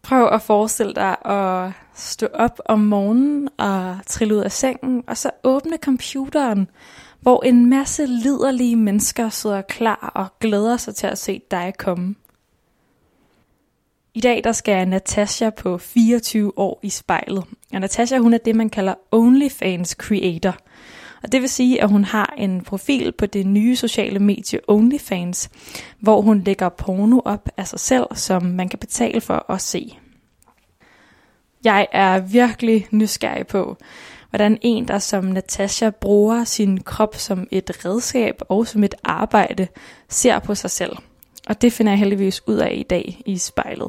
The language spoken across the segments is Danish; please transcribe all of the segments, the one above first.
Prøv at forestille dig at stå op om morgenen og trille ud af sengen, og så åbne computeren, hvor en masse liderlige mennesker sidder klar og glæder sig til at se dig komme. I dag der skal Natasha på 24 år i spejlet. Og Natasha, hun er det, man kalder OnlyFans creator. Og det vil sige, at hun har en profil på det nye sociale medie OnlyFans, hvor hun lægger porno op af sig selv, som man kan betale for at se. Jeg er virkelig nysgerrig på, hvordan en, der som Natasha bruger sin krop som et redskab og som et arbejde, ser på sig selv. Og det finder jeg heldigvis ud af i dag i spejlet.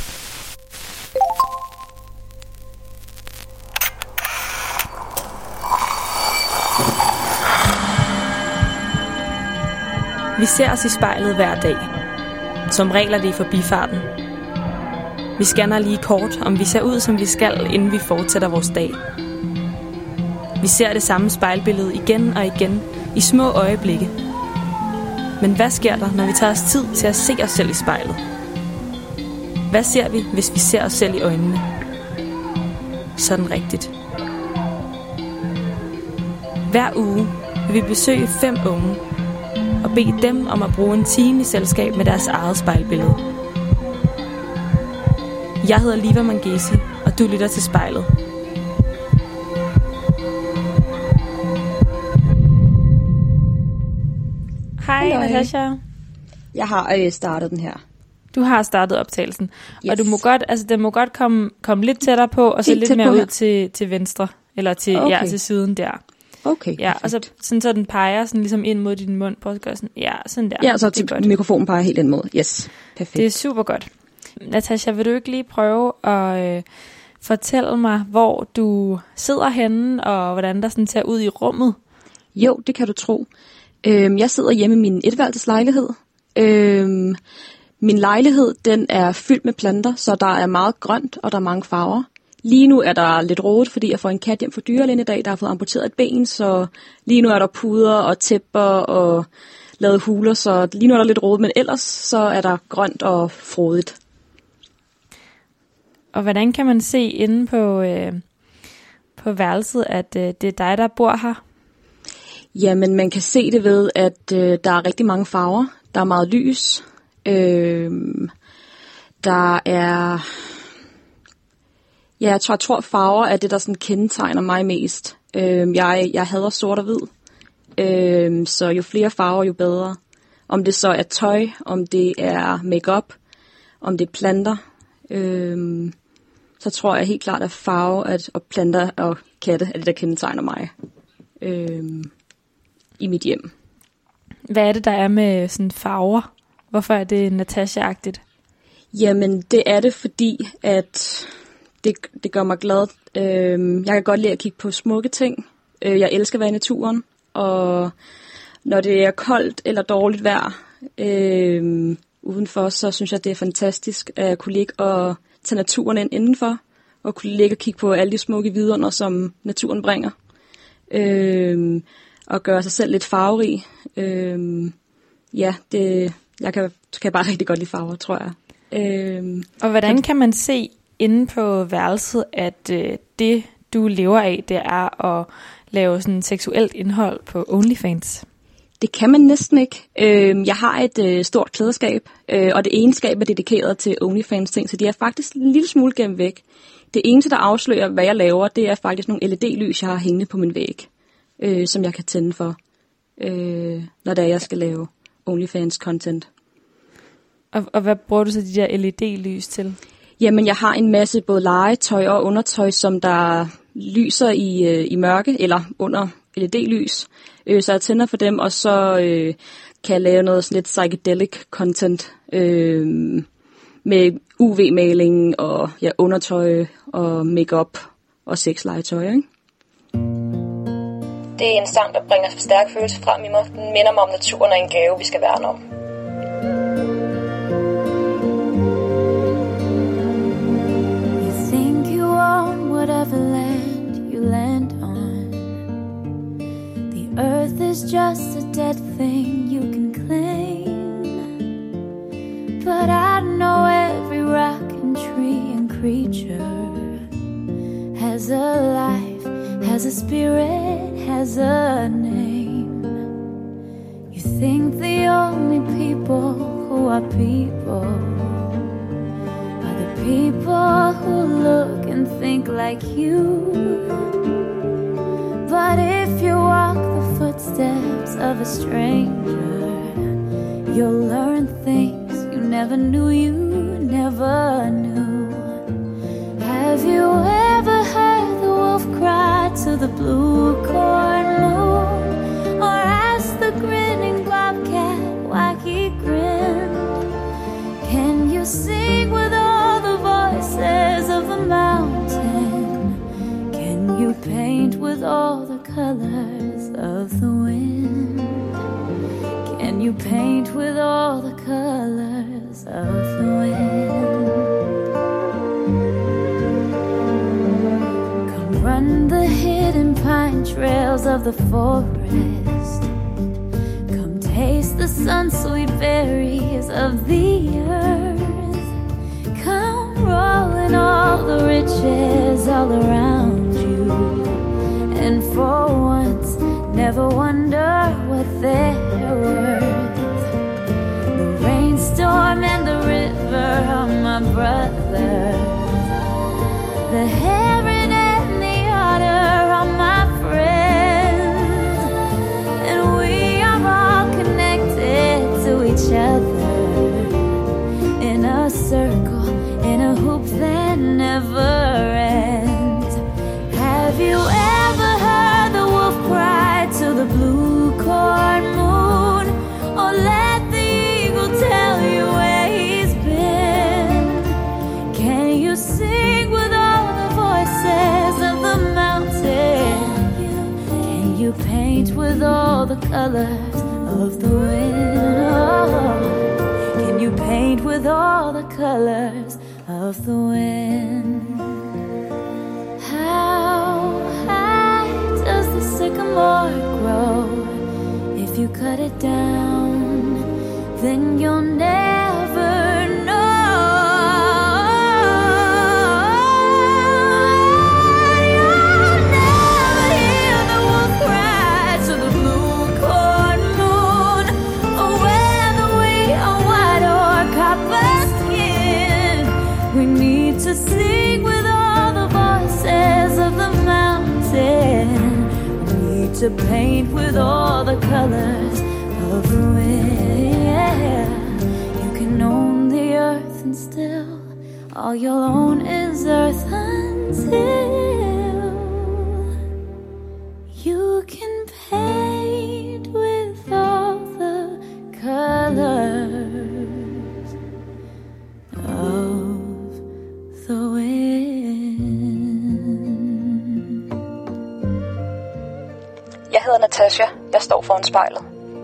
Vi ser os i spejlet hver dag. Som regel er det i forbifarten. Vi scanner lige kort, om vi ser ud, som vi skal, inden vi fortsætter vores dag. Vi ser det samme spejlbillede igen og igen, i små øjeblikke. Men hvad sker der, når vi tager os tid til at se os selv i spejlet? Hvad ser vi, hvis vi ser os selv i øjnene? Sådan rigtigt. Hver uge vil vi besøge 5 unge og bede dem om at bruge en time i selskab med deres eget spejlbillede. Jeg hedder Liva Mangesi, og du lytter til Spejlet. Hej Natasha. Jeg har startet den her. Du har startet optagelsen, yes. Og du må godt, altså den må godt komme lidt tættere på, og så lidt mere ud til venstre, eller til, okay. Ja, til siden der. Okay. Ja, og så den peger sådan ligesom ind mod din mund, på at gøre sådan, ja, sådan der. Ja, og så til mikrofonen peger helt ind mod. Yes, perfekt. Det er super godt. Natasha, vil du ikke lige prøve at fortælle mig, hvor du sidder henne, og hvordan der sådan ser ud i rummet? Jo, det kan du tro. Jeg sidder hjemme i min etværelseslejlighed. Min lejlighed, den er fyldt med planter, så der er meget grønt, og der er mange farver. Lige nu er der lidt rodet, fordi jeg får en kat hjem fra dyrlægen i dag, der har fået amputeret et ben, så lige nu er der puder og tæpper og lavet huler, så lige nu er der lidt rodet, men ellers så er der grønt og frodigt. Og hvordan kan man se inde på værelset, at det er dig, der bor her? Jamen, man kan se det ved, at der er rigtig mange farver. Der er meget lys. Der er... Ja, jeg tror farver er det, der sådan kendetegner mig mest. Jeg hader sort og hvid. Så jo flere farver, jo bedre. Om det så er tøj, om det er makeup, om det er planter. Så tror jeg helt klart, at farve og planter og katte er det, der kendetegner mig i mit hjem. Hvad er det, der er med sådan farver? Hvorfor er det Natasha-agtigt? Jamen, det er det, fordi at det gør mig glad. Jeg kan godt lide at kigge på smukke ting. Jeg elsker at være i naturen, og når det er koldt eller dårligt vejr udenfor, så synes jeg, det er fantastisk at kunne ligge og tage naturen ind indenfor, og kunne ligge og kigge på alle de smukke vidunder, som naturen bringer. Og gøre sig selv lidt farverig. Jeg kan bare rigtig godt lide farver, tror jeg. Og hvordan kan man se inde på værelset, at det, du lever af, det er at lave sådan seksuelt indhold på OnlyFans? Det kan man næsten ikke. Jeg har et stort klædeskab, og det ene skab er dedikeret til OnlyFans ting, så de er faktisk en lille smule gemt væk. Det eneste, der afslører, hvad jeg laver, det er faktisk nogle LED-lys, jeg har hængende på min væg, som jeg kan tænde for, når det er, jeg skal lave OnlyFans-content. Og hvad bruger du så de der LED-lys til? Jamen, jeg har en masse både legetøj og undertøj, som der lyser i mørke, eller under LED-lys. Så jeg tænder for dem, og så kan jeg lave noget sådan lidt psychedelic content med UV-maling og undertøj og makeup og sexlegetøj, ikke? Det er en sang, der bringer stærk følelse frem i mig. Den minder mig om naturen og en gave, vi skal værne om. You think you own whatever land you land on. The earth is just a dead thing you can claim. But I know every rock and tree and has a spirit, has a name. You think the only people who are people are the people who look and think like you. But if you walk the footsteps of a stranger, you'll learn things you never knew you never knew. Have you ever heard the wolf cry to the blue corn moon, or ask the grinning bobcat why he grinned? Can you sing with all the voices of the mountain? Can you paint with all the colors of the wind? Can you paint with all the colors of the wind? Come run the hidden pine trails of the forest. Come taste the sun-sweet berries of the earth. Come roll in all the riches all around you, and for once never wonder what they're worth. The rainstorm and the river are my brothers. The heron and the otter are my friends. And we are all connected to each other in a circle, in a hoop that never ends. Have you ever heard the wolf cry to the blue corn moon, or let the eagle tell you where he's been? Can you sing with all the voices of the mountain? Can you paint with all the colors of the wind? Oh, can you paint with all the colors of the wind? How high does the sycamore grow? If you cut it down, then you'll never know. You'll never hear the wolf cry to the blue corn moon, or whether we are white or copper skin. We need to sing with all the voices of the mountain. To paint with all the colors of the wind. You can own the earth and still all you'll own is earth until you can paint with all the colors of the wind. Jeg hedder Natasha. Jeg står foran spejlet.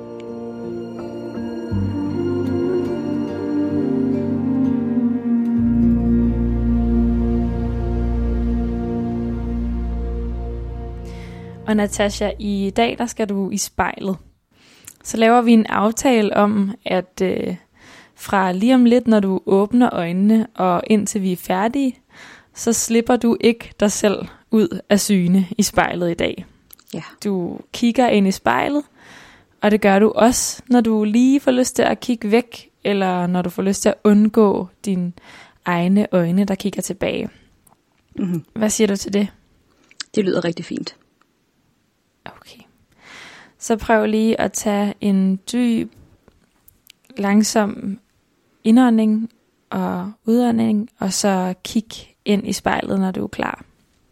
Og Natasha, i dag der skal du i spejlet. Så laver vi en aftale om, at fra lige om lidt, når du åbner øjnene og indtil vi er færdige, så slipper du ikke dig selv ud af syne i spejlet i dag. Ja. Du kigger ind i spejlet, og det gør du også, når du lige får lyst til at kigge væk, eller når du får lyst til at undgå dine egne øjne, der kigger tilbage. Mm-hmm. Hvad siger du til det? Det lyder rigtig fint. Okay. Så prøv lige at tage en dyb, langsom indånding og udånding, og så kig ind i spejlet, når du er klar.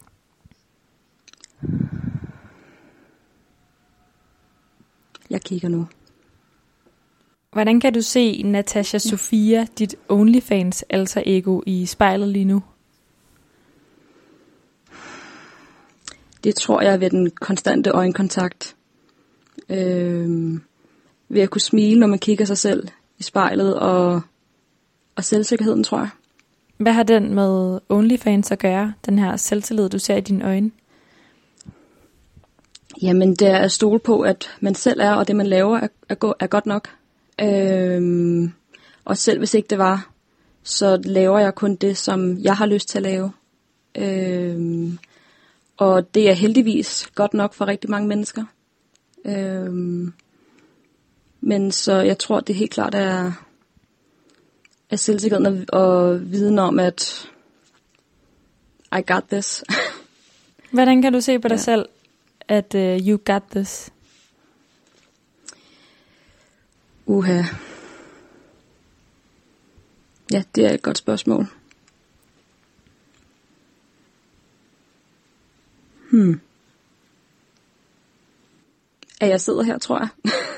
Jeg kigger nu. Hvordan kan du se Natasha Sofia, dit OnlyFans alter ego, i spejlet lige nu? Det tror jeg er ved den konstante øjenkontakt. Ved at kunne smile, når man kigger sig selv i spejlet, og selvsikkerheden, tror jeg. Hvad har den med OnlyFans at gøre, den her selvtillid, du ser i dine øjne? Jamen, det er at stole på, at man selv er, og det man laver er godt nok. Og selv hvis ikke det var, så laver jeg kun det, som jeg har lyst til at lave. Og det er heldigvis godt nok for rigtig mange mennesker. Men så jeg tror, det helt klart er selvsikkerheden og viden om, at I got this. Hvordan kan du se på dig selv, at you got this? Ja, det er et godt spørgsmål. At jeg sidder her, tror jeg.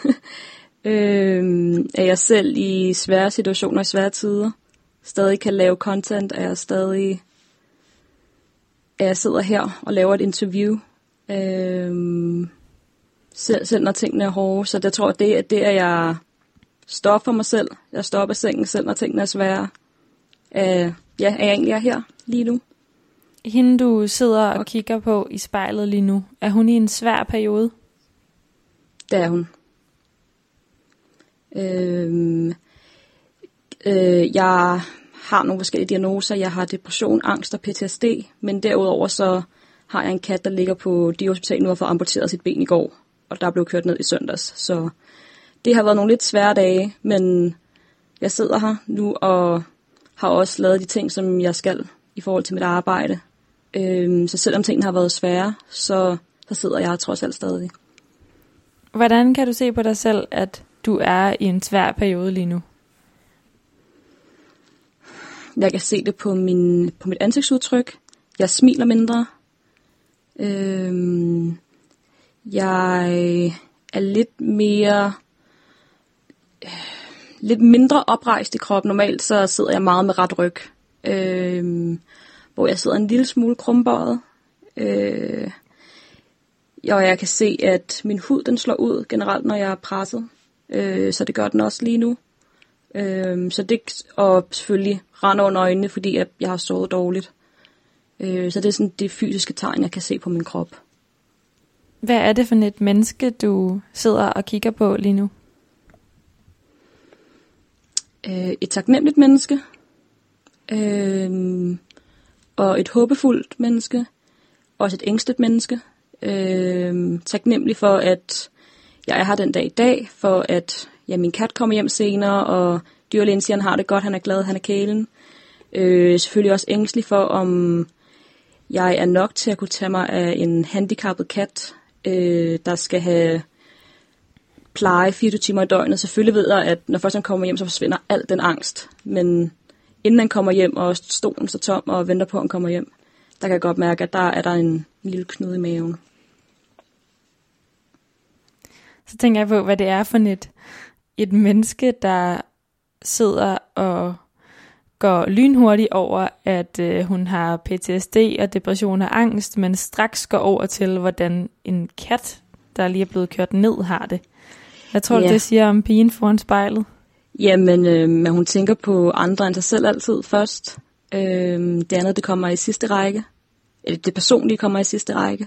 At jeg selv i svære situationer, i svære tider, stadig kan lave content, at jeg sidder her og laver et interview, selv når tingene er hårde. Så jeg tror, det er jeg står for mig selv. Jeg står op af sengen selv, når tingene er svære. At jeg egentlig er her lige nu. Hende, du sidder og kigger på i spejlet lige nu, er hun i en svær periode? Det er hun. Jeg har nogle forskellige diagnoser. Jeg har depression, angst og PTSD, men derudover så har jeg en kat, der ligger på de hospital nu og får amputeret sit ben i går, og der blev kørt ned i søndags. Så det har været nogle lidt svære dage, men jeg sidder her nu og har også lavet de ting, som jeg skal i forhold til mit arbejde. Så selvom tingene har været svære, så sidder jeg trods alt stadig. Hvordan kan du se på dig selv, at du er i en svær periode lige nu? Jeg kan se det på mit ansigtsudtryk. Jeg smiler mindre. Jeg er lidt mindre oprejst i kroppen. Normalt så sidder jeg meget med ret ryg. Hvor jeg sidder en lille smule krumbøjet. Og jeg kan se, at min hud den slår ud generelt, når jeg er presset. Så det gør den også lige nu. Så det, og selvfølgelig render under øjnene, fordi jeg har sovet dårligt. Så det er sådan det fysiske tegn, jeg kan se på min krop. Hvad er det for et menneske, du sidder og kigger på lige nu? Et taknemmeligt menneske. Og et håbefuldt menneske. Også et ængstligt menneske. Taknemmelig for, at jeg er her den dag i dag, for at min kat kommer hjem senere, og dyrlægen siger, han har det godt, han er glad, han er kælen. Selvfølgelig også ængstelig for, om jeg er nok til at kunne tage mig af en handicappet kat, der skal have pleje 24 timer i døgnet. Selvfølgelig ved jeg, at når først han kommer hjem, så forsvinder al den angst. Men inden han kommer hjem, og stolen står tom og venter på, at han kommer hjem, der kan jeg godt mærke, at der er en lille knude i maven. Så tænker jeg på, hvad det er for et menneske, der sidder og går lynhurtigt over, at hun har PTSD og depression og angst, men straks går over til, hvordan en kat, der lige er blevet kørt ned, har det. Hvad tror du, det siger om pigen foran spejlet? Jamen, hun tænker på andre end sig selv altid først. Det andet, det kommer i sidste række. Eller det personlige kommer i sidste række.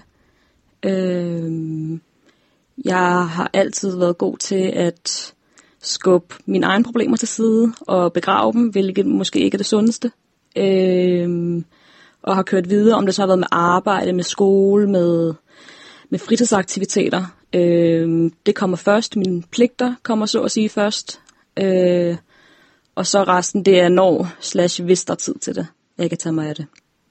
Jeg har altid været god til at skubbe mine egne problemer til side og begrave dem, hvilket måske ikke er det sundeste. Og har kørt videre, om det så har været med arbejde, med skole, med fritidsaktiviteter. Det kommer først. Mine pligter kommer så at sige først. Og så resten, det er hvis der er tid til det. Jeg kan tage mig af det.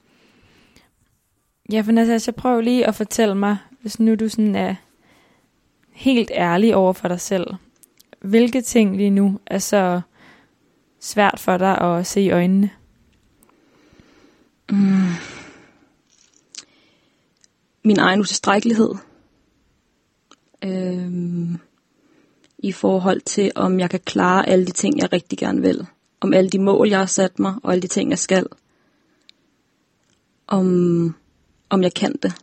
Ja, for Natasja, prøv lige at fortælle mig, hvis nu du sådan er helt ærlig over for dig selv. Hvilke ting lige nu er så svært for dig at se i øjnene? Min egen utilstrækkelighed. I forhold til, om jeg kan klare alle de ting, jeg rigtig gerne vil. Om alle de mål, jeg har sat mig, og alle de ting, jeg skal. Om jeg kan det.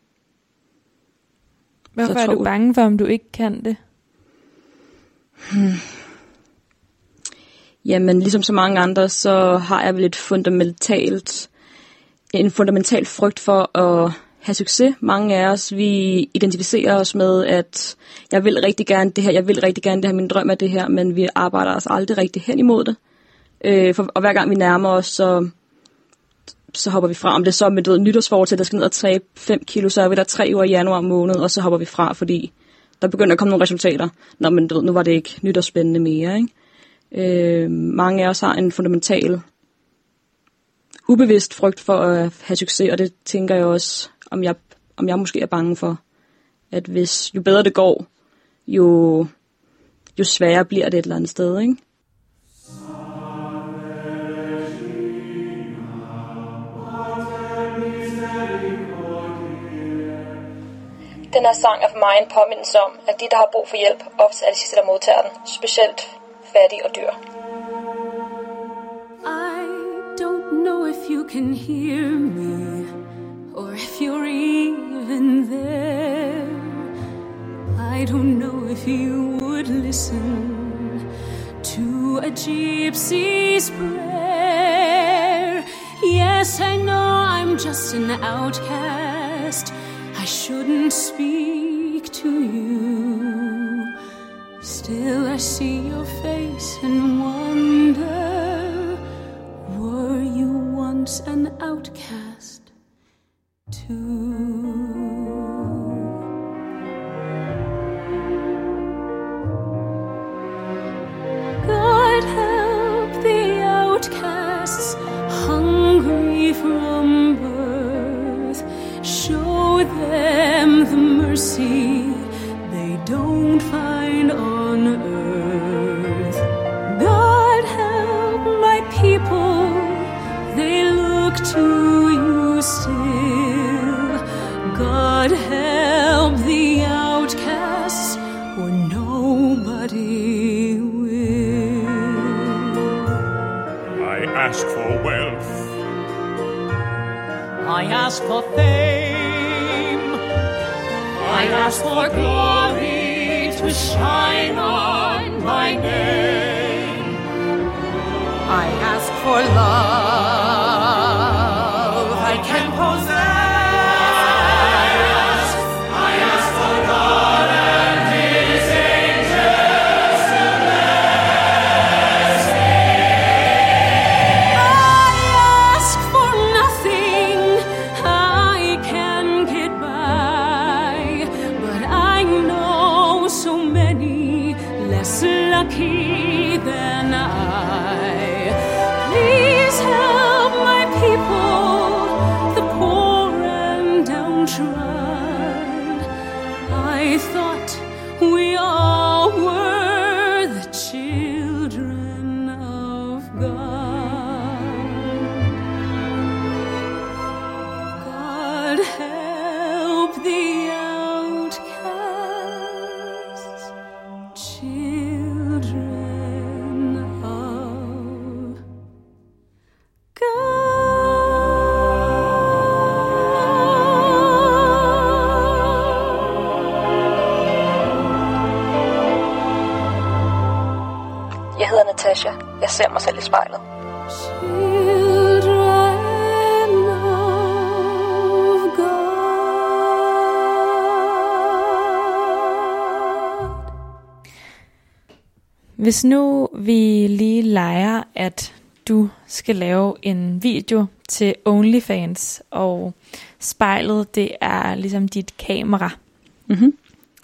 Hvorfor er du bange for, om du ikke kan det? Jamen, ligesom så mange andre, så har jeg vel en fundamental frygt for at have succes. Mange af os, vi identificerer os med, at jeg vil rigtig gerne det her, min drøm er det her, men vi arbejder os aldrig rigtig hen imod det. Og hver gang vi nærmer os, så så hopper vi fra. Om det er så med nytårsforsæt, der skal ned og tabe 5 kilo, så er vi der 3 uger i januar måned, og så hopper vi fra, fordi der begynder at komme nogle resultater. Nå, men nu var det ikke nytårsspændende mere, ikke? Mange af os har en fundamental ubevidst frygt for at have succes, og det tænker jeg også, om jeg måske er bange for, at jo bedre det går, jo sværere bliver det et eller andet sted, ikke? Den her sang er for mig en påmindelse om, at de, der har brug for hjælp, ofte er de sidste, der modtager den, specielt fattige og dyr. I don't know if you can hear me, or if you're even there. I don't know if you would listen to a gypsy's prayer. Yes, I know I'm just an outcast. I shouldn't speak to you. Still I see your face and wonder, were you once an outcast too? God help the outcasts, hungry from birth. Show them the mercy they don't find on earth. God help my people, they look to you still. God help the outcasts, or nobody will. I ask for wealth, I ask for fame, I ask for glory to shine on my name. I ask for love I can possess. I ask for God and His angels to bless me. I ask for nothing, I can get by, but I know so many less lucky than I. Please help my people, the poor and downtrodden. I thought we all were the children of God. God help the outcasts, children of Jeg hedder Natasha. Jeg ser mig selv i spejlet. children of God. Hvis nu vi lige leger, at du skal lave en video til OnlyFans, og spejlet, det er ligesom dit kamera. Mhm.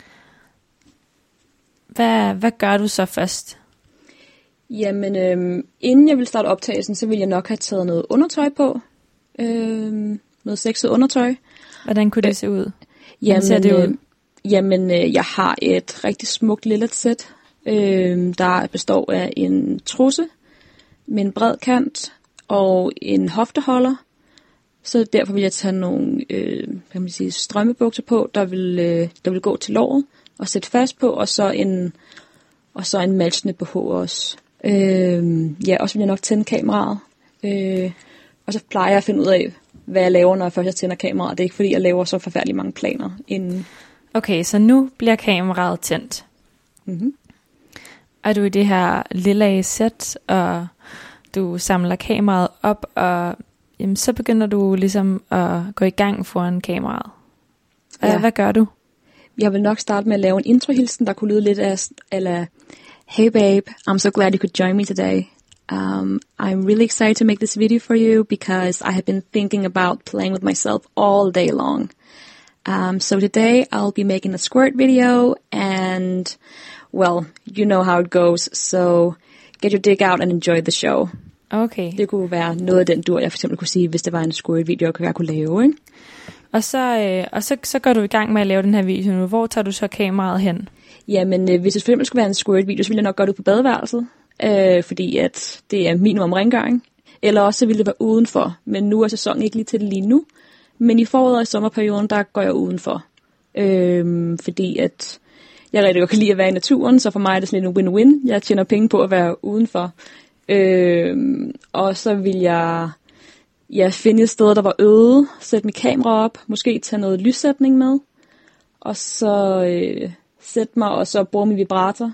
Hvad gør du så først? Jamen, inden jeg ville starte optagelsen, så ville jeg nok have taget noget undertøj på. Noget sexet undertøj. Hvordan kunne det se ud? Jamen, ser det ud? Jeg har et rigtig smukt lille sæt, der består af en trusse med en bred kant og en hofteholder. Så derfor vil jeg tage nogle strømmebukser på, der vil gå til låret og sætte fast på, og så en matchende BH også. Og så vil jeg nok tænde kameraet. Og så plejer jeg at finde ud af, hvad jeg laver, når først jeg tænder kameraet. Det er ikke fordi, jeg laver så forfærdeligt mange planer inden. Okay, så nu bliver kameraet tændt. Mm-hmm. Er du i det her lille sæt, og du samler kameraet op, og jamen, så begynder du ligesom at gå i gang foran kameraet. Hvad gør du? Jeg vil nok starte med at lave en introhilsen, der kunne lyde lidt af Hey babe, I'm so glad you could join me today. I'm really excited to make this video for you because I have been thinking about playing with myself all day long. So today I'll be making a squirt video, and well, you know how it goes, so get your dick out and enjoy the show. Okay. Det kunne være noget af den dur, jeg for eksempel kunne sige, hvis det var en squirt video, jeg kunne lave, ikke? Og så går du i gang med at lave den her video nu. Hvor tager du så kameraet hen? Jamen, hvis det for eksempel skulle være en squirt video, så ville jeg nok gøre det på badeværelset, fordi at det er minimum rengøring. Eller også så ville det være udenfor, men nu er sæsonen ikke lige til det lige nu. Men i foråret og i sommerperioden, der går jeg udenfor. Fordi at jeg rigtig godt kan lide at være i naturen, så for mig er det sådan en win-win. Jeg tjener penge på at være udenfor. Og så vil jeg finde et sted, der var øde, sætte mit kamera op, måske tage noget lyssætning med, og så sætte mig, og så bruge min vibrator.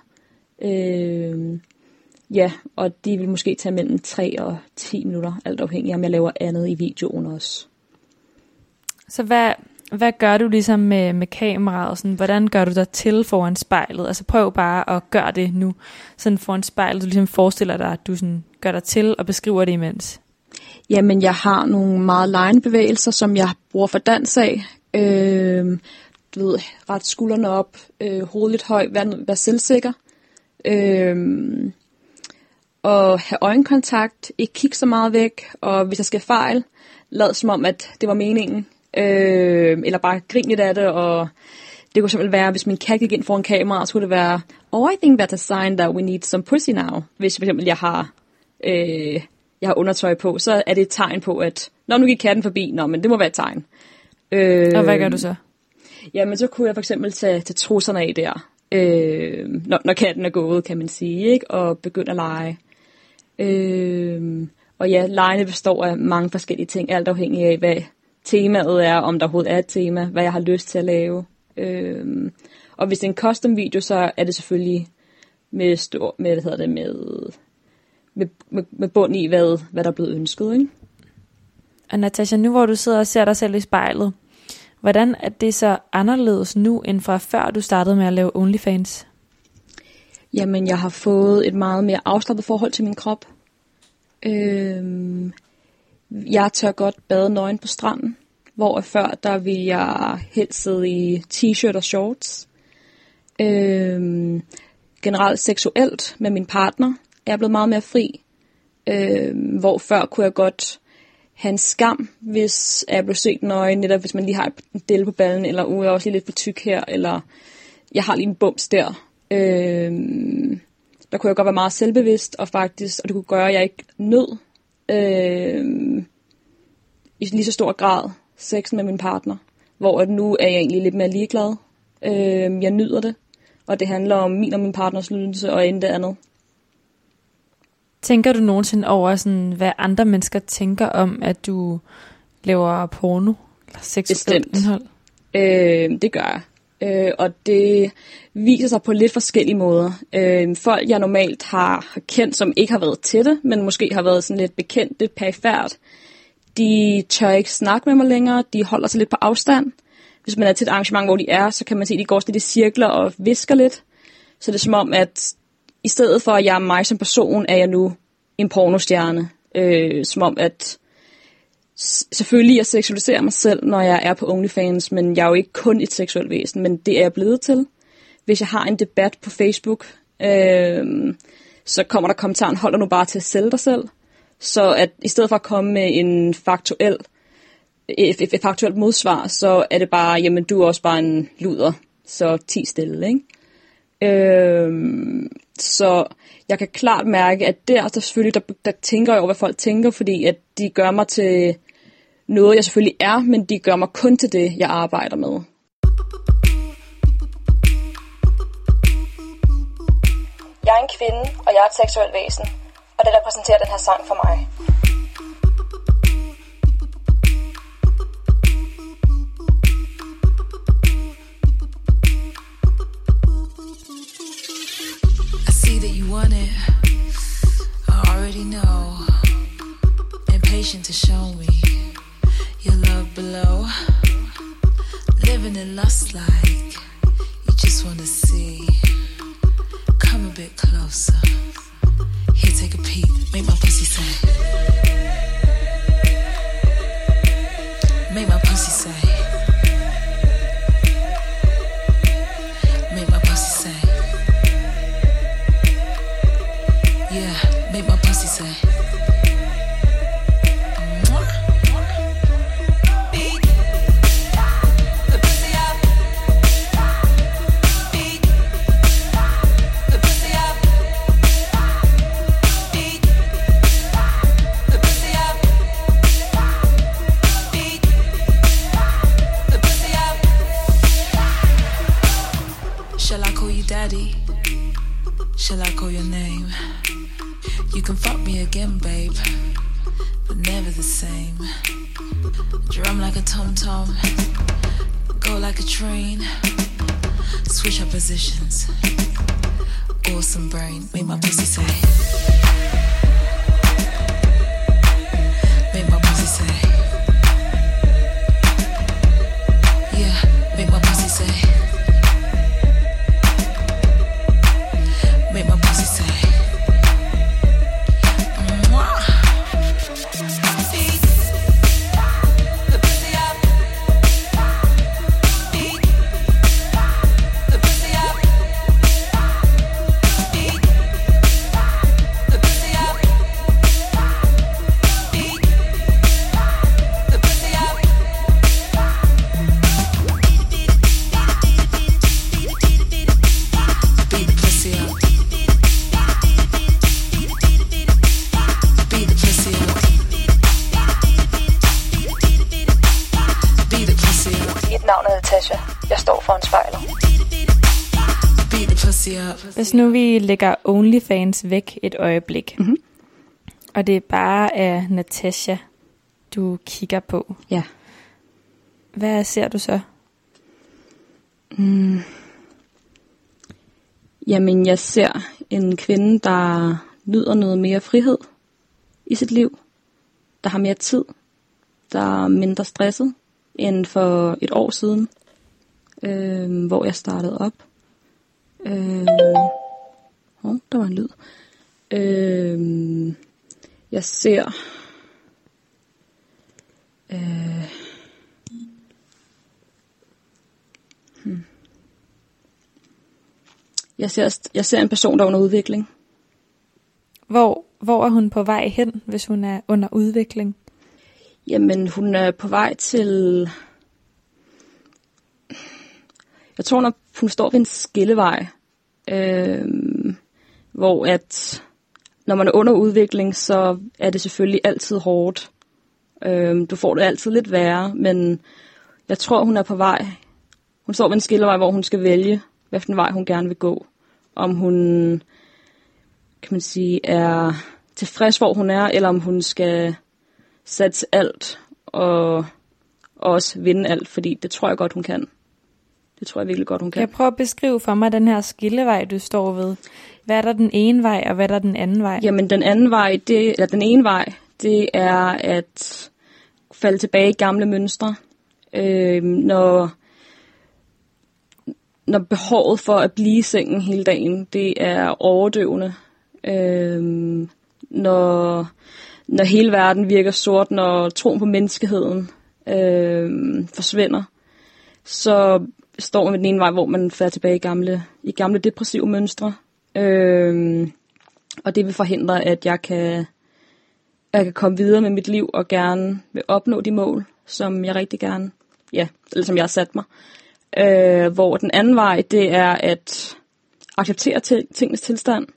Og de vil måske tage mellem 3 og 10 minutter, alt afhængig om jeg laver andet i videoen også. Så hvad gør du ligesom med kameraet? Og sådan, hvordan gør du dig til foran spejlet? Altså prøv bare at gøre det nu, sådan foran spejlet. Du ligesom forestiller dig, at du sådan gør dig til og beskriver det imens. Jamen, jeg har nogle meget lejende bevægelser, som jeg bruger for dans af. Du ved, ret skuldrene op, hovedet lidt højt, vær selvsikker. Og have øjenkontakt, ikke kigge så meget væk, og hvis jeg skal fejl, lad som om, at det var meningen. Eller bare grine lidt af det, og det kunne simpelthen være, hvis min kat gik ind foran kamera, så kunne det være, I think that's a sign that we need some pussy now. Hvis for eksempel jeg har undertøj på, så er det et tegn på, at nu gik katten forbi, men det må være et tegn. Og hvad gør du så? Jamen, så kunne jeg for eksempel tage trusserne af der, når katten er gået, kan man sige, ikke? Og begynde at lege. Og ja, legene består af mange forskellige ting, alt afhængig af, hvad temaet er, om der overhovedet er et tema, hvad jeg har lyst til at lave. Og hvis det er en custom video, så er det selvfølgelig med bund i, hvad der er blevet ønsket, ikke? Og Natasha, nu hvor du sidder og ser dig selv i spejlet, hvordan er det så anderledes nu, end fra før du startede med at lave OnlyFans? Jamen, jeg har fået et meget mere afslappet forhold til min krop. Jeg tør godt bade nøgen på stranden, hvor før der ville jeg helst sidde i t-shirt og shorts. Generelt seksuelt med min partner er jeg blevet meget mere fri. Hvor før kunne jeg godt have en skam, hvis jeg blev set nøgen, netop hvis man lige har en del på ballen, eller jeg er også lige lidt for tyk her, eller jeg har lige en bums der. Der kunne jeg godt være meget selvbevidst, og det kunne gøre, at jeg ikke nød i lige så stor grad sexen med min partner, hvor nu er jeg egentlig lidt mere ligeglad. Jeg nyder det, og det handler om min og min partners nydelse og intet andet. Tænker du nogensinde over, sådan, hvad andre mennesker tænker om, at du laver porno eller seksuelt indhold? Det gør jeg. Og det viser sig på lidt forskellige måder. Folk, jeg normalt har kendt, som ikke har været til det, men måske har været sådan lidt bekendt, lidt perifært, de tør ikke snakke med mig længere, de holder sig lidt på afstand. Hvis man er til et arrangement, hvor de er, så kan man se, at de går lidt i cirkler og visker lidt. Så det er som om, at i stedet for, at jeg er mig som person, er jeg nu en pornostjerne. Som om, at selvfølgelig jeg seksualiserer mig selv, når jeg er på OnlyFans, men jeg er jo ikke kun et seksuelt væsen, men det er jeg blevet til. Hvis jeg har en debat på Facebook, så kommer der kommentaren, hold dig nu bare til at sælge dig selv. Så at i stedet for at komme med et faktuelt modsvar, så er det bare, jamen du er også bare en luder, så 10 stille, ikke? Så jeg kan klart mærke, at der selvfølgelig, der tænker jeg over, hvad folk tænker, fordi at de gør mig til noget, jeg selvfølgelig er, men de gør mig kun til det, jeg arbejder med. Jeg er en kvinde, og jeg er et seksuelt væsen, og det repræsenterer den her sang for mig. I see that you want it, I already know. Impatient to show me your love below. Living in lust like you just want to see. Come a bit closer. Here, take a peek, make my pussy say. Make my pussy say. Make my pussy say. Yeah, make my pussy say. Shall I call you daddy? Shall I call your name? You can fuck me again, babe, but never the same. Drum like a tom-tom, go like a train. Switch our positions. Awesome brain, make my pussy say. Make my pussy say. Yeah, make my pussy say. Make my pussy say. Mwah. Beat the pussy up. Beat the pussy up. Beat the pussy up. Beat the pussy up. Beat the pussy up. Mit navn er Natasha. Jeg står foran spejlet. Hvis nu vi lægger OnlyFans væk et øjeblik, og det er bare af Natasha, du kigger på. Ja. Hvad ser du så? Jamen, jeg ser en kvinde, der nyder noget mere frihed i sit liv. Der har mere tid. Der er mindre stresset end for et år siden, hvor jeg startede op. Der var en lyd. Jeg ser... Jeg ser en person, der er under udvikling. Hvor er hun på vej hen, hvis hun er under udvikling? Jamen, hun er på vej til... Jeg tror, hun står ved en skillevej, hvor at når man er under udvikling, så er det selvfølgelig altid hårdt. Du får det altid lidt værre, men jeg tror, hun er på vej. Hun står ved en skillevej, hvor hun skal vælge, hvilken vej hun gerne vil gå. Om hun, kan man sige, er tilfreds, hvor hun er, eller om hun skal satse alt og også vinde alt, fordi det tror jeg godt, hun kan. Det tror jeg virkelig godt, hun kan. Jeg prøver at beskrive for mig den her skillevej, du står ved. Hvad er der den ene vej, og hvad er der den anden vej? Jamen, den ene vej, det er at falde tilbage i gamle mønstre. Når behovet for at blive i sengen hele dagen, det er overdøvende. Når hele verden virker sort, når troen på menneskeheden forsvinder, så står man med den ene vej, hvor man falder tilbage i gamle depressive mønstre. Og det vil forhindre, at jeg kan komme videre med mit liv og gerne vil opnå de mål, som jeg rigtig gerne, eller som jeg har sat mig. Hvor den anden vej, det er at acceptere tingens tilstand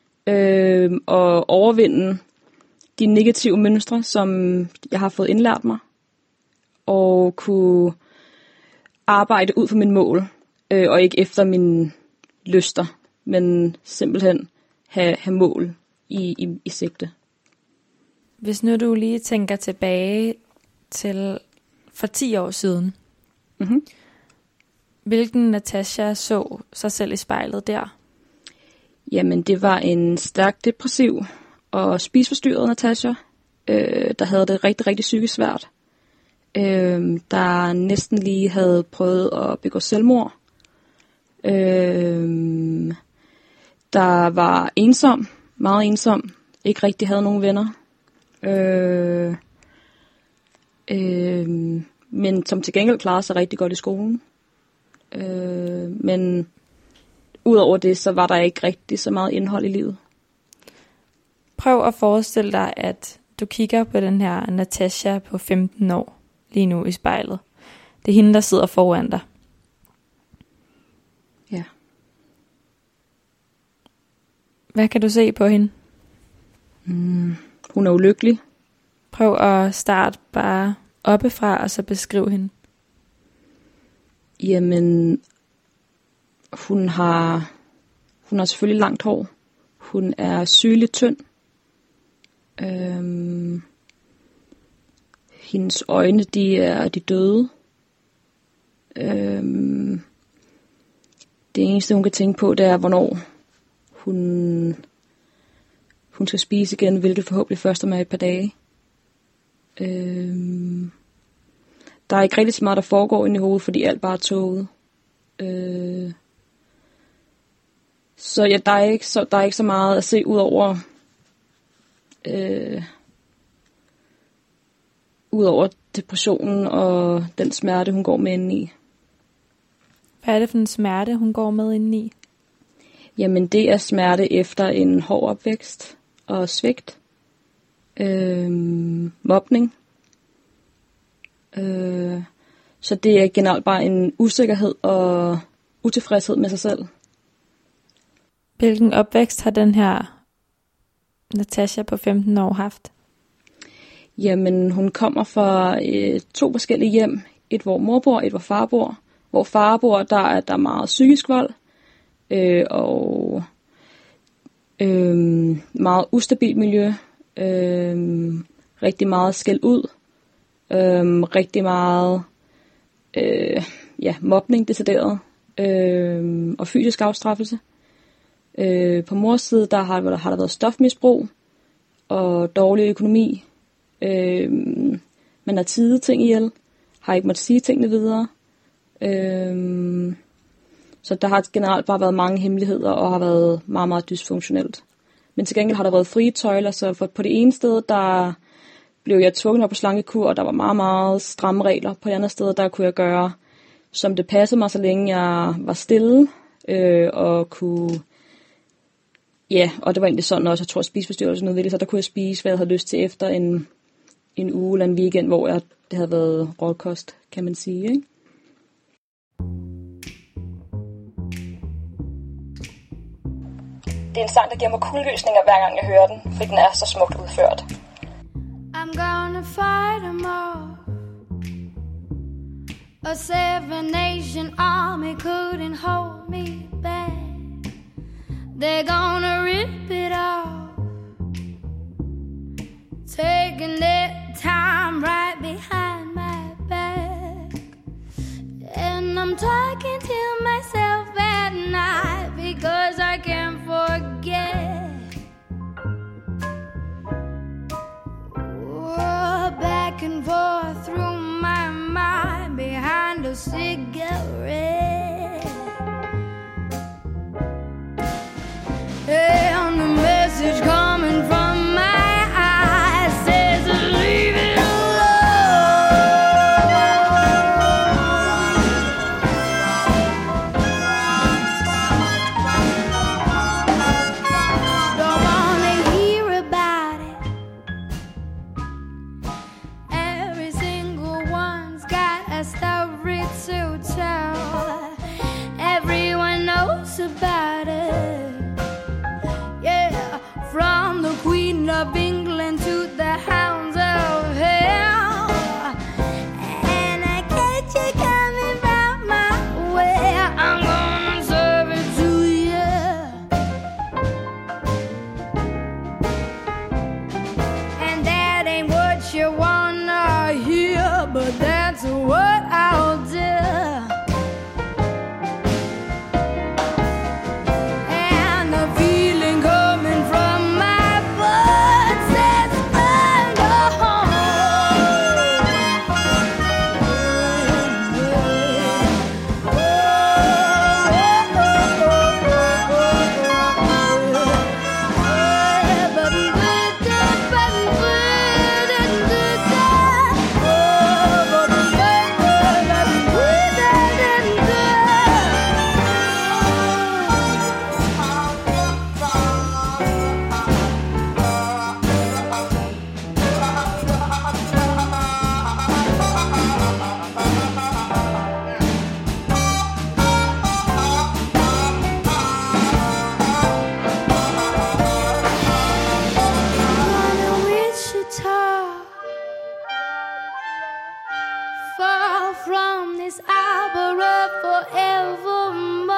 og overvinde de negative mønstre, som jeg har fået indlært mig, og kunne arbejde ud for mine mål, og ikke efter mine lyster, men simpelthen have mål i sigte. Hvis nu du lige tænker tilbage til for 10 år siden, hvilken Natasha så sig selv i spejlet der? Jamen, det var en stærkt depressiv og spiseforstyrret Natasha, der havde det rigtig, rigtig psykisk svært. Der næsten lige havde prøvet at begå selvmord. Der var ensom, Meget ensom. Ikke rigtig havde nogen venner. Men som til gengæld klarede sig rigtig godt i skolen. Men udover det, så var der ikke rigtig så meget indhold i livet. Prøv at forestille dig, at du kigger på den her Natasha på 15 år lige nu i spejlet. Det er hende, der sidder foran dig. Ja. Hvad kan du se på hende? Hun er ulykkelig. Prøv at starte bare oppefra, og så beskriv hende. Jamen, hun har selvfølgelig langt hår. Hun er sygeligt tynd. Hendes øjne, de er døde. Det eneste, hun kan tænke på, det er, hvornår hun skal spise igen, hvilket forhåbentlig først om et par dage. Der er ikke rigtig så meget, der foregår inde i hovedet, fordi alt bare er tåget. Så ja, der er ikke så meget at se ud over depressionen og den smerte, hun går med indeni. Hvad er det for en smerte, hun går med indeni? Jamen, det er smerte efter en hård opvækst og svigt. Mobning. Så det er generelt bare en usikkerhed og utilfredshed med sig selv. Hvilken opvækst har den her Natasha på 15 år haft? Jamen, hun kommer fra 2 forskellige hjem. Et hvor mor bor, et hvor far bor. Hvor far bor, der er der meget psykisk vold. Og meget ustabilt miljø. Rigtig meget skæld ud. Rigtig meget mobning decideret. Og fysisk afstraffelse. På mors side, der har der været stofmisbrug og dårlig økonomi. Man har tidet ting ihjel, har ikke måttet sige tingene videre. Så der har generelt bare været mange hemmeligheder og har været meget, meget dysfunktionelt. Men til gengæld har der været frie tøjler, så på det ene sted, der blev jeg tvunget op på slankekur, og der var meget, meget stramme regler. På det andet sted, der kunne jeg gøre, som det passede mig, så længe jeg var stille og kunne... Ja, og det var egentlig sådan også, jeg tror, spiseforstyrrelse nødvendigt, så der kunne jeg spise, hvad jeg havde lyst til efter en uge eller en weekend, hvor det havde været råkost, kan man sige, ikke? Det er en sang, der giver mig kuldegysninger, hver gang jeg hører den, fordi den er så smukt udført. I'm gonna fight them all. A 7-nation army couldn't hold me back. They're gonna rip it off, taking their time right behind my back. And I'm talking to myself at night because I can't forget. Oh, back and forth through my mind behind a cigarette. And the message coming from my eyes says leave it alone. from this arbor forevermore.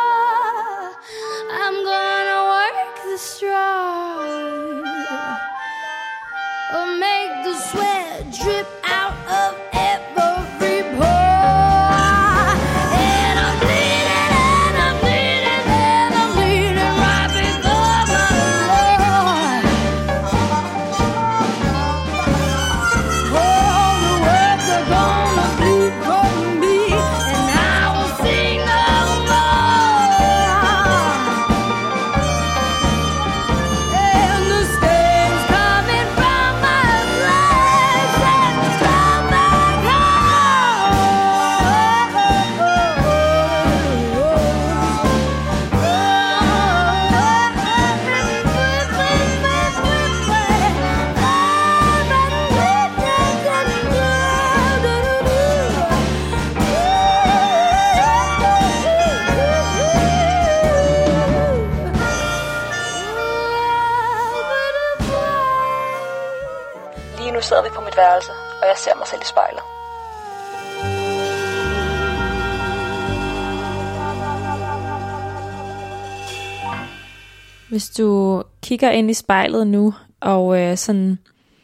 I'm gonna work the straw or make the sweat drip out of every pore. And I'm bleeding, and I'm bleeding, and I'm bleeding right before my Lord. All the words are gonna bleed from me, and I will sing no more. And the stains coming from my legs and from my Lige nu sidder vi på mit værelse, og jeg ser mig selv i spejlet. Hvis du kigger ind i spejlet nu, og sådan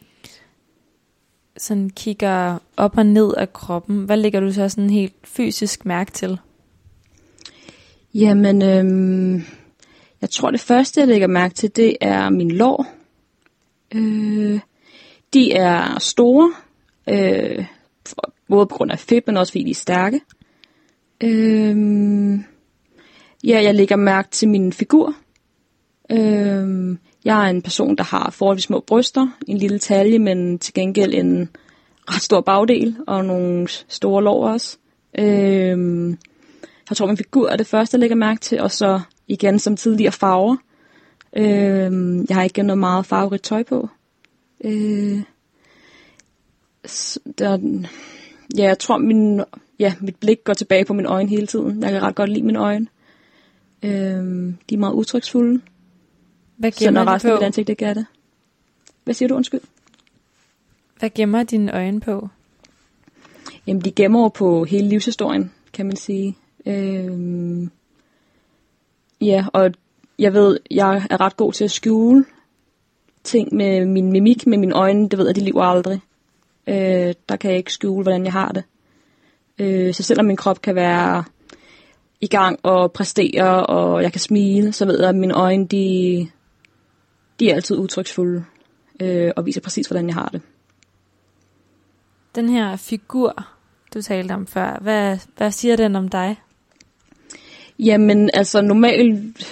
kigger op og ned af kroppen, hvad lægger du så sådan helt fysisk mærke til? Jamen, jeg tror det første, jeg lægger mærke til, det er min lår. De er store, både på grund af fedt, men også fordi de er stærke. Jeg lægger mærke til min figur. Jeg er en person, der har forholdsvis små bryster, en lille talje, men til gengæld en ret stor bagdel og nogle store lår også. Jeg tror, min figur er det første, jeg lægger mærke til, og så igen som tidligere farver. Jeg har ikke noget meget farverigt tøj på. Jeg tror, mit blik går tilbage på mine øjne hele tiden. Jeg kan ret godt lide mine øjne. De er meget udtryksfulde. Hvad gemmer de på? Så når resten af mit ansigt ikke er det. Hvad siger du, undskyld? Hvad gemmer dine øjne på? Jamen, de gemmer på hele livshistorien, kan man sige. Og jeg ved, jeg er ret god til at skjule ting med min mimik, med mine øjne. Det ved jeg, de lyver aldrig. Der kan jeg ikke skjule, hvordan jeg har det. Så selvom min krop kan være i gang og præstere, og jeg kan smile, så ved jeg, at mine øjne, de er altid udtryksfulde og viser præcis, hvordan jeg har det. Den her figur, du talte om før, hvad siger den om dig? Jamen, altså normalt.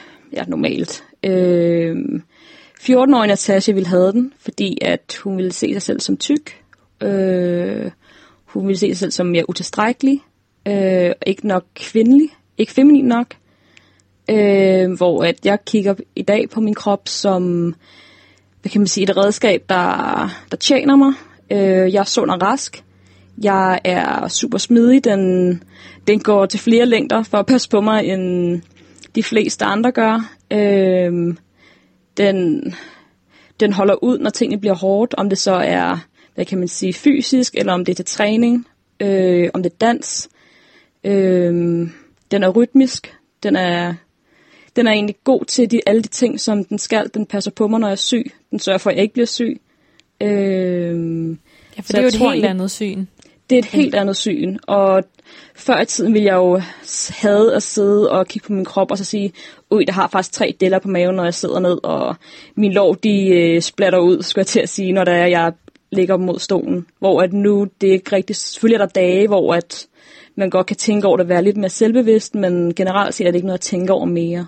14-årige Natasha ville have den, fordi at hun ville se sig selv som tyk. Hun ville se sig selv som mere utilstrækkelig, ikke nok kvindelig, ikke feminin nok. Hvor at jeg kigger i dag på min krop som, hvad kan man sige, et redskab, der tjener mig. Jeg er sund og rask. Jeg er super smidig. Den går til flere længder for at passe på mig, end de fleste andre gør. Den holder ud, når tingene bliver hårdt. Om det så er, hvad kan man sige, fysisk, eller om det er til træning, om det er dans. Den er rytmisk. Den er egentlig god til alle de ting, som den skal. Den passer på mig, når jeg er syg. Den sørger for, at jeg ikke bliver syg. Ja, for det er jo et helt andet syn. Det er et helt andet syn, og før i tiden ville jeg jo have at sidde og kigge på min krop og så sige, der har faktisk 3 deller på maven, når jeg sidder ned, og min lår, de splatter ud, skulle jeg til at sige, når jeg ligger mod stolen. Hvor at nu, det er ikke rigtigt, selvfølgelig er der dage, hvor at man godt kan tænke over det at være lidt mere selvbevidst, men generelt set er det ikke noget at tænke over mere.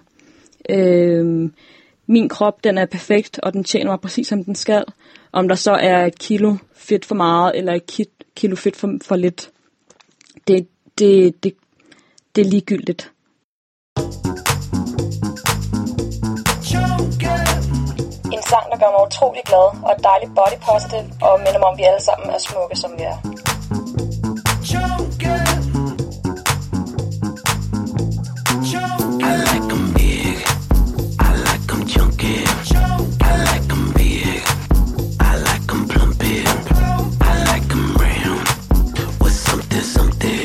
Min krop, den er perfekt, og den tjener mig præcis som den skal. Om der så er et kilo fedt for meget, eller et kilo fedt for lidt, det er ligegyldigt. En sang, der gør mig utrolig glad, og et dejligt body positive, og minder mig om, at vi alle sammen er smukke, som vi er. I like them big, I like them chunky, I like them big, I like them plumpy, I like them round with something.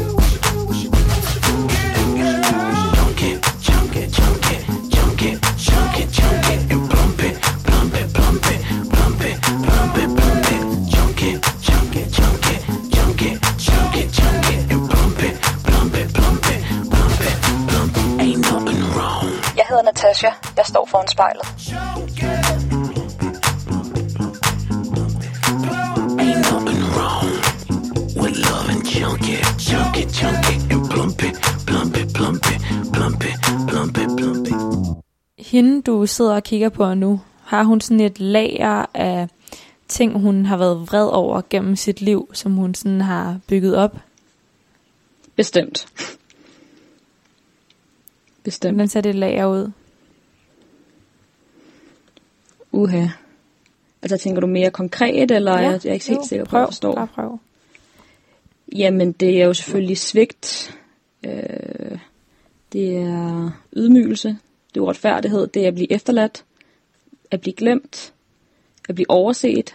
Jeg hedder Natasha. Jeg står foran spejlet. Ain't nothing wrong with loving chunky, chunky, chunky, and plump it, plump it, plump it, plump it, plump it, plump it. Hende, du sidder og kigger på nu, har hun sådan et lager af ting, hun har været vred over gennem sit liv, som hun sådan har bygget op? Bestemt. Bestemt. Hvordan ser det lager ud? Altså tænker du mere konkret, eller jeg er ikke helt sikker på at forstå? Prøv. Jamen det er jo selvfølgelig svigt. Det er ydmygelse. Det er uretfærdighed. Det er at blive efterladt. At blive glemt. At blive overset.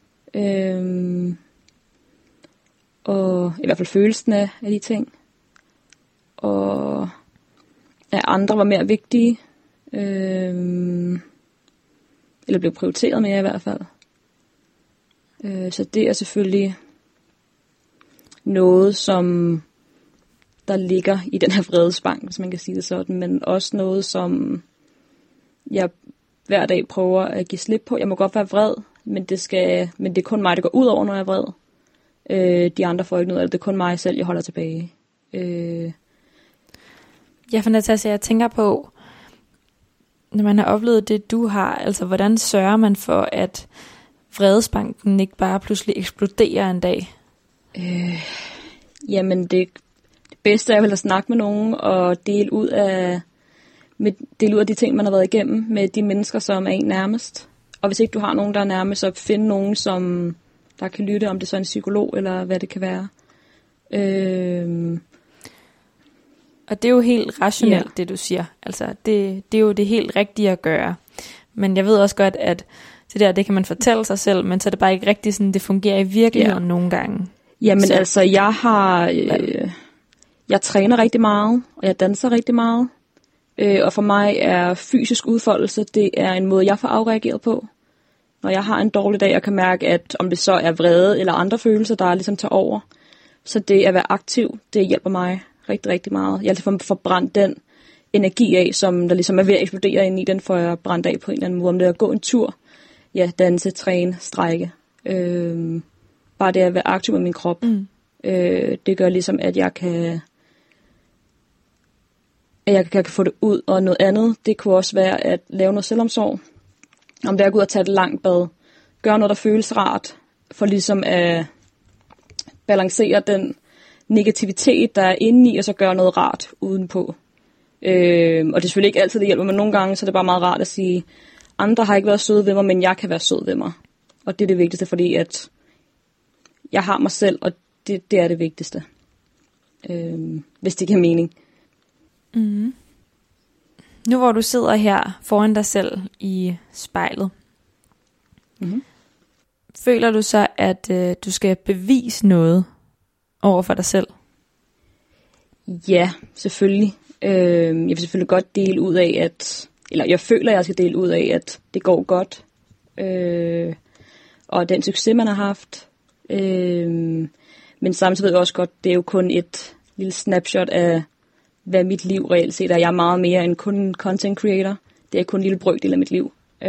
Og i hvert fald følelsen af de ting. Og at andre var mere vigtige. Eller blev prioriteret mere i hvert fald. Så det er selvfølgelig noget, som der ligger i den her vredesbank, hvis man kan sige det sådan. Men også noget, som jeg hver dag prøver at give slip på. Jeg må godt være vred, men det er kun mig, der går ud over, når jeg er vred. De andre får ikke noget af det. Det er kun mig selv, jeg holder tilbage. Ja, for Natasha, jeg tænker på, når man har oplevet det, du har, altså hvordan sørger man for, at vredesbanken ikke bare pludselig eksploderer en dag? Jamen det bedste er vel at snakke med nogen og dele ud af de ting, man har været igennem med de mennesker, som er en nærmest. Og hvis ikke du har nogen, der er nærmest, så finde nogen, som der kan lytte, om det så er en psykolog eller hvad det kan være. Og det er jo helt rationelt, det du siger. Altså, det er jo det helt rigtige at gøre. Men jeg ved også godt, at det kan man fortælle sig selv, men så er det bare ikke rigtigt sådan, det fungerer i virkeligheden nogle gange. Jamen altså, jeg træner rigtig meget, og jeg danser rigtig meget. Og for mig er fysisk udfoldelse, det er en måde, jeg får afreageret på. Når jeg har en dårlig dag, jeg kan mærke, at om det så er vrede eller andre følelser, der ligesom tager over. Så det at være aktiv, det hjælper mig rigtig, rigtig meget. Jeg altid får brændt den energi af, som der ligesom er ved at eksplodere ind i, den får jeg brændt af på en eller anden måde. Om det er at gå en tur, danse, træne, strække. Bare det at være aktiv med min krop. Det gør ligesom, at jeg kan få det ud. Og noget andet, det kunne også være at lave noget selvomsorg. Om det er at gå ud og tage et langt bad. Gøre noget, der føles rart. For ligesom at balancere den negativitet, der er inde i, og så gøre noget rart udenpå. Og det er selvfølgelig ikke altid, det hjælper, men nogle gange, så er det bare meget rart at sige, andre har ikke været søde ved mig, men jeg kan være sød ved mig. Og det er det vigtigste, fordi at jeg har mig selv, og det er det vigtigste. Hvis det giver mening. Mm. Nu hvor du sidder her foran dig selv i spejlet, føler du så, at du skal bevise noget over for dig selv? Ja, selvfølgelig. Jeg vil selvfølgelig godt dele ud af, jeg føler, at jeg skal dele ud af, at det går godt. Og den succes, man har haft. Men samtidig ved jeg også godt, det er jo kun et lille snapshot af, hvad mit liv reelt set er. Jeg er meget mere end kun en content creator. Det er kun en lille brøkdel af mit liv.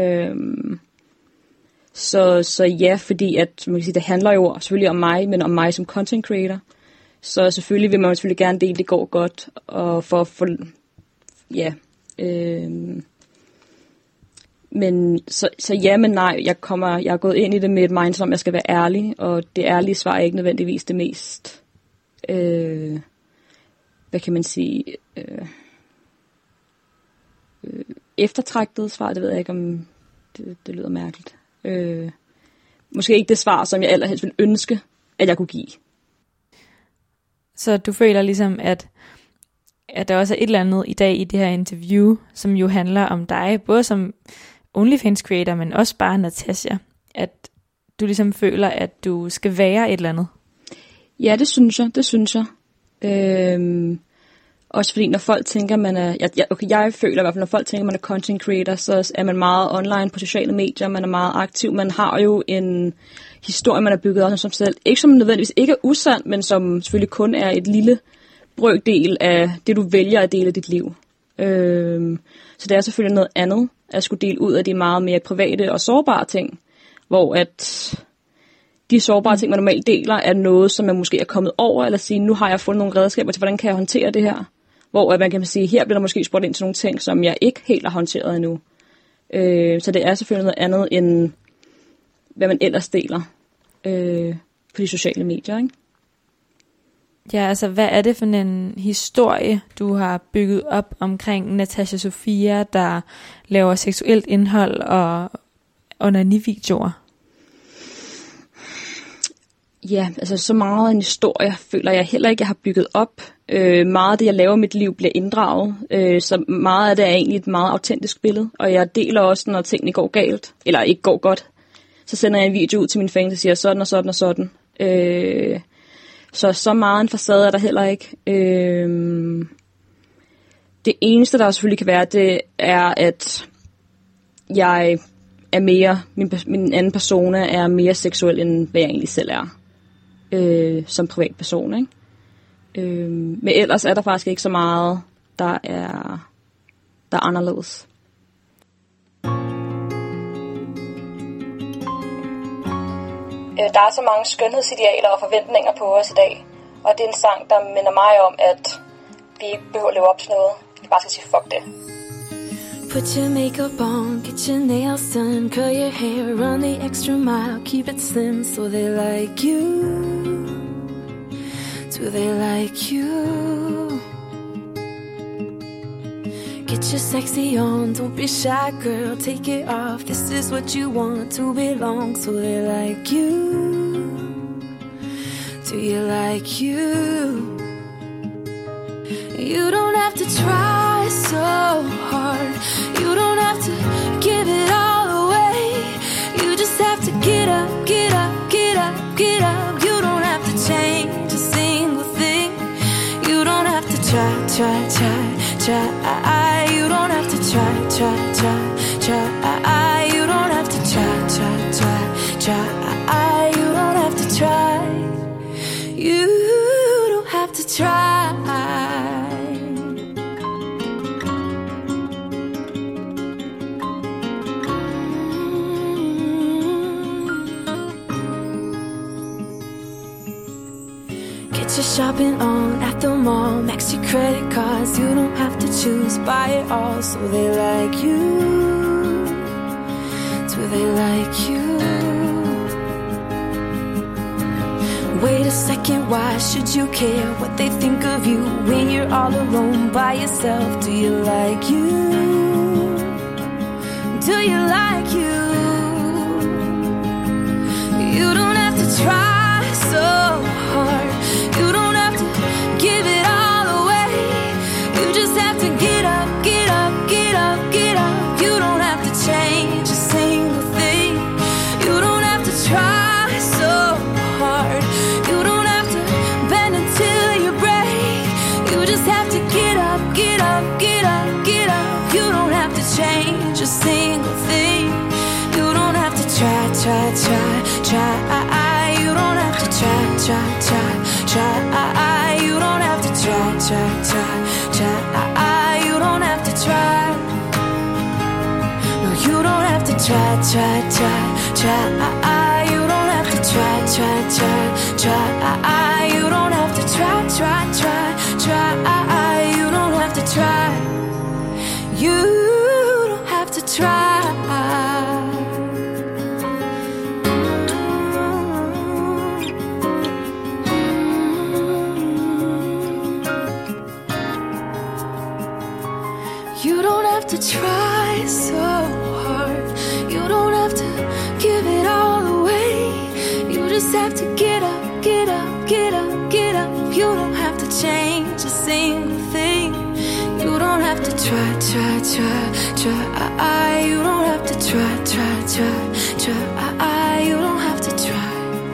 Så ja, fordi at, man kan sige, det handler jo selvfølgelig om mig, men om mig som content creator. Så selvfølgelig vil man selvfølgelig gerne dele, det går godt, og for at få, ja. Men så ja, men nej, jeg er gået ind i det med et mindset om, jeg skal være ærlig, og det ærlige svar er ikke nødvendigvis det mest, hvad kan man sige, eftertragtede svar, det ved jeg ikke, om det lyder mærkeligt. Måske ikke det svar, som jeg allerhelst ville ønske, at jeg kunne give. Så du føler ligesom, at der også er et eller andet i dag i det her interview, som jo handler om dig, både som OnlyFans creator, men også bare Natasha, at du ligesom føler, at du skal være et eller andet? Ja, det synes jeg. Også fordi, når folk tænker, man er... jeg føler i hvert fald, når folk tænker, man er content creator, så er man meget online på sociale medier, man er meget aktiv, man har jo en historie, man har bygget op som selv. Ikke som nødvendigvis ikke er usand, men som selvfølgelig kun er et lille brøkdel af det, du vælger at dele af dit liv. Så det er selvfølgelig noget andet, at skulle dele ud af de meget mere private og sårbare ting, hvor at de sårbare ting, man normalt deler, er noget, som man måske er kommet over, eller sige, nu har jeg fundet nogle redskaber til, hvordan kan jeg håndtere det her? Hvor man kan sige, her bliver der måske spurgt ind til nogle ting, som jeg ikke helt har håndteret endnu. Så det er selvfølgelig noget andet, end hvad man ellers deler på de sociale medier, ikke? Ja, altså hvad er det for en historie, du har bygget op omkring Natasha Sofia, der laver seksuelt indhold og onani-videoer? Ja, altså så meget en historie føler jeg heller ikke, jeg har bygget op. Meget af det, jeg laver i mit liv, bliver inddraget. Så meget af det er egentlig et meget autentisk billede. Og jeg deler også, når tingene går galt, eller ikke går godt. Så sender jeg en video ud til mine fans og siger sådan og sådan og sådan. Så meget en facade er der heller ikke. Det eneste, der selvfølgelig kan være, det er, at jeg er mere, min anden persona er mere seksuel, end hvad jeg egentlig selv er. Som privatperson, ikke? Men ellers er der faktisk ikke så meget, der er anderledes. Der er så mange skønhedsidealer og forventninger på os i dag, og det er en sang, der minder mig om, at vi ikke behøver at leve op til noget. Vi bare skal sige fuck det. Put your makeup on, get your nails done, curl your hair, run the extra mile, keep it slim so they like you. Do they like you? Get your sexy on, don't be shy girl, take it off. This is what you want, to belong, so they like you. Do you like you? You don't have to try so hard. You don't have to give it all away. You just have to get up, get up, get up, get up. You don't have to change a single thing. You don't have to try. You don't have to try. You don't have to try. You don't have to try. You don't have to try. Get your shopping on at the mall, max your credit cards, you don't have to choose, buy it all, so they like you. Do they like you? Wait a second, why should you care what they think of you when you're all alone by yourself? Do you like you? Do you like you? You don't have to try so hard. You don't have to give it all away. You just have to get up, get up, get up, get up. You don't have to change a single thing. You don't have to try. try. You don't have to try, try, try, try. You don't have to try, try, try, try. You don't have to try. No, you don't have to try, try, try, try. You don't have to try, try, try, try. You don't have to try, try, try, try. You don't have to try. You don't have to try. You don't have to try so hard. You don't have to give it all away. You just have to get up, get up, get up, get up. You don't have to change a single thing. You don't have to try, try, try, try. You don't have to try, try, try, try. You don't have to try.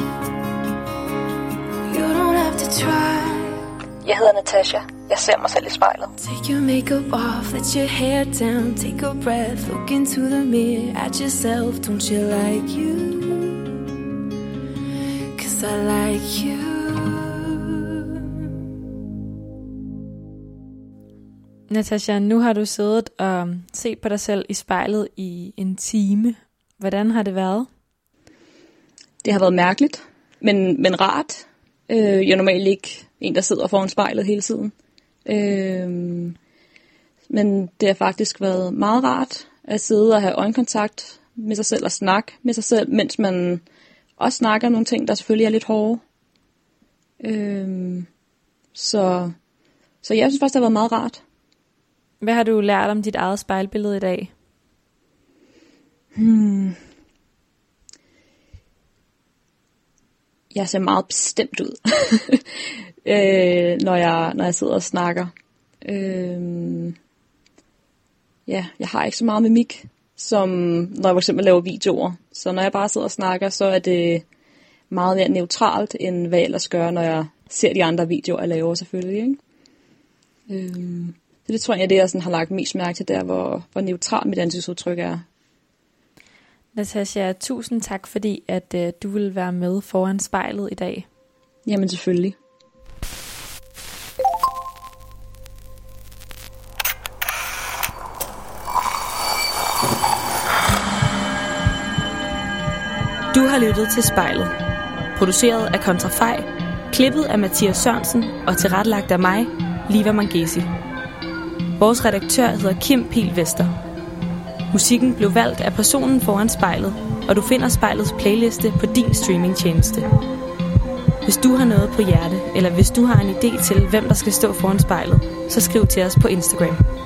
You don't have to try. Jeg hedder Natasha. Jeg ser mig selv i spejlet. Take your makeup off, let your hair down, take a breath, look into the mirror at yourself. Don't you like you? 'Cause I like you. Natasha, nu har du siddet og set på dig selv i spejlet i en time. Hvordan har det været? Det har været mærkeligt, men rart. Jeg er normalt ikke en, der sidder foran spejlet hele tiden. Men det har faktisk været meget rart at sidde og have øjenkontakt med sig selv og snakke med sig selv, mens man også snakker om nogle ting, der selvfølgelig er lidt hårde. Så jeg synes faktisk, det har været meget rart. Hvad har du lært om dit eget spejlbillede i dag? Jeg ser meget bestemt ud, når jeg sidder og snakker. Jeg har ikke så meget mimik, som når jeg for eksempel laver videoer. Så når jeg bare sidder og snakker, så er det meget mere neutralt, end hvad jeg ellers gør, når jeg ser de andre videoer, jeg laver selvfølgelig. Ikke? Så det tror jeg, det jeg sådan har lagt mest mærke til, der hvor neutralt mit ansigtsudtryk er. Natasha, tusind tak, fordi at du ville være med foran spejlet i dag. Jamen selvfølgelig. Du har lyttet til Spejlet. Produceret af Kontrafej, klippet af Mathias Sørensen og tilrettelagt af mig, Liva Mangesi. Vores redaktør hedder Kim Pihl Vester. Musikken blev valgt af personen foran spejlet, og du finder spejlets playliste på din streamingtjeneste. Hvis du har noget på hjerte, eller hvis du har en idé til, hvem der skal stå foran spejlet, så skriv til os på Instagram.